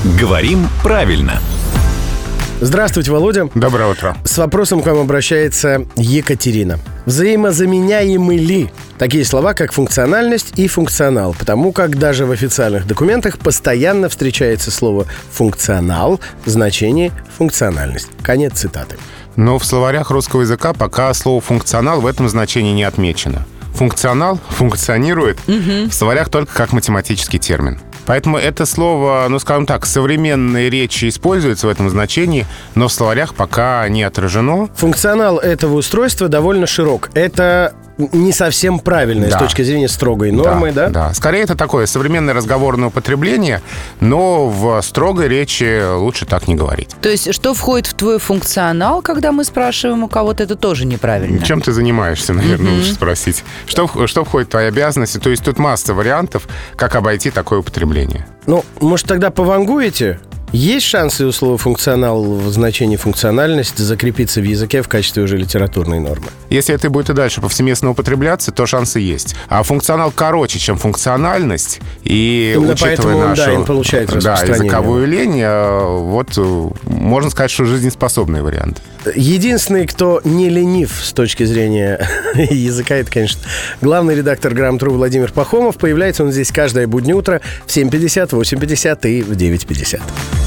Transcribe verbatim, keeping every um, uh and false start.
Говорим правильно. Здравствуйте, Володя. Доброе утро. С вопросом к вам обращается Екатерина. Взаимозаменяемы ли такие слова, как функциональность и функционал? Потому как даже в официальных документах постоянно встречается слово «функционал» в значении «функциональность». Конец цитаты. Но в словарях русского языка пока слово «функционал» в этом значении не отмечено. Функционал функционирует угу. в словарях только как математический термин. Поэтому это слово, ну, скажем так, в современной речи используется в этом значении, но в словарях пока не отражено. Функционал этого устройства довольно широк. Это не совсем правильно да. с точки зрения строгой нормы, да, да? Да, скорее это такое современное разговорное употребление, но в строгой речи лучше так не говорить. То есть, что входит в твой функционал, когда мы спрашиваем у кого-то, это тоже неправильно? Чем ты занимаешься, наверное, mm-hmm. лучше спросить. Что, что входит в твои обязанности? То есть тут масса вариантов, как обойти такое употребление. Ну, может, тогда повангуете? Есть шансы у слова «функционал» в значении «функциональность» закрепиться в языке в качестве уже литературной нормы? Если это будет и дальше повсеместно употребляться, то шансы есть. А функционал короче, чем функциональность. И именно учитывая поэтому, нашу да, им получает распространение. Да, языковую лень, вот можно сказать, что жизнеспособный вариант. Единственный, кто не ленив с точки зрения языка, это, конечно, главный редактор «Грамотру» Владимир Пахомов. Появляется он здесь каждое буднее утро в семь пятьдесят, восемь пятьдесят и в девять пятьдесят.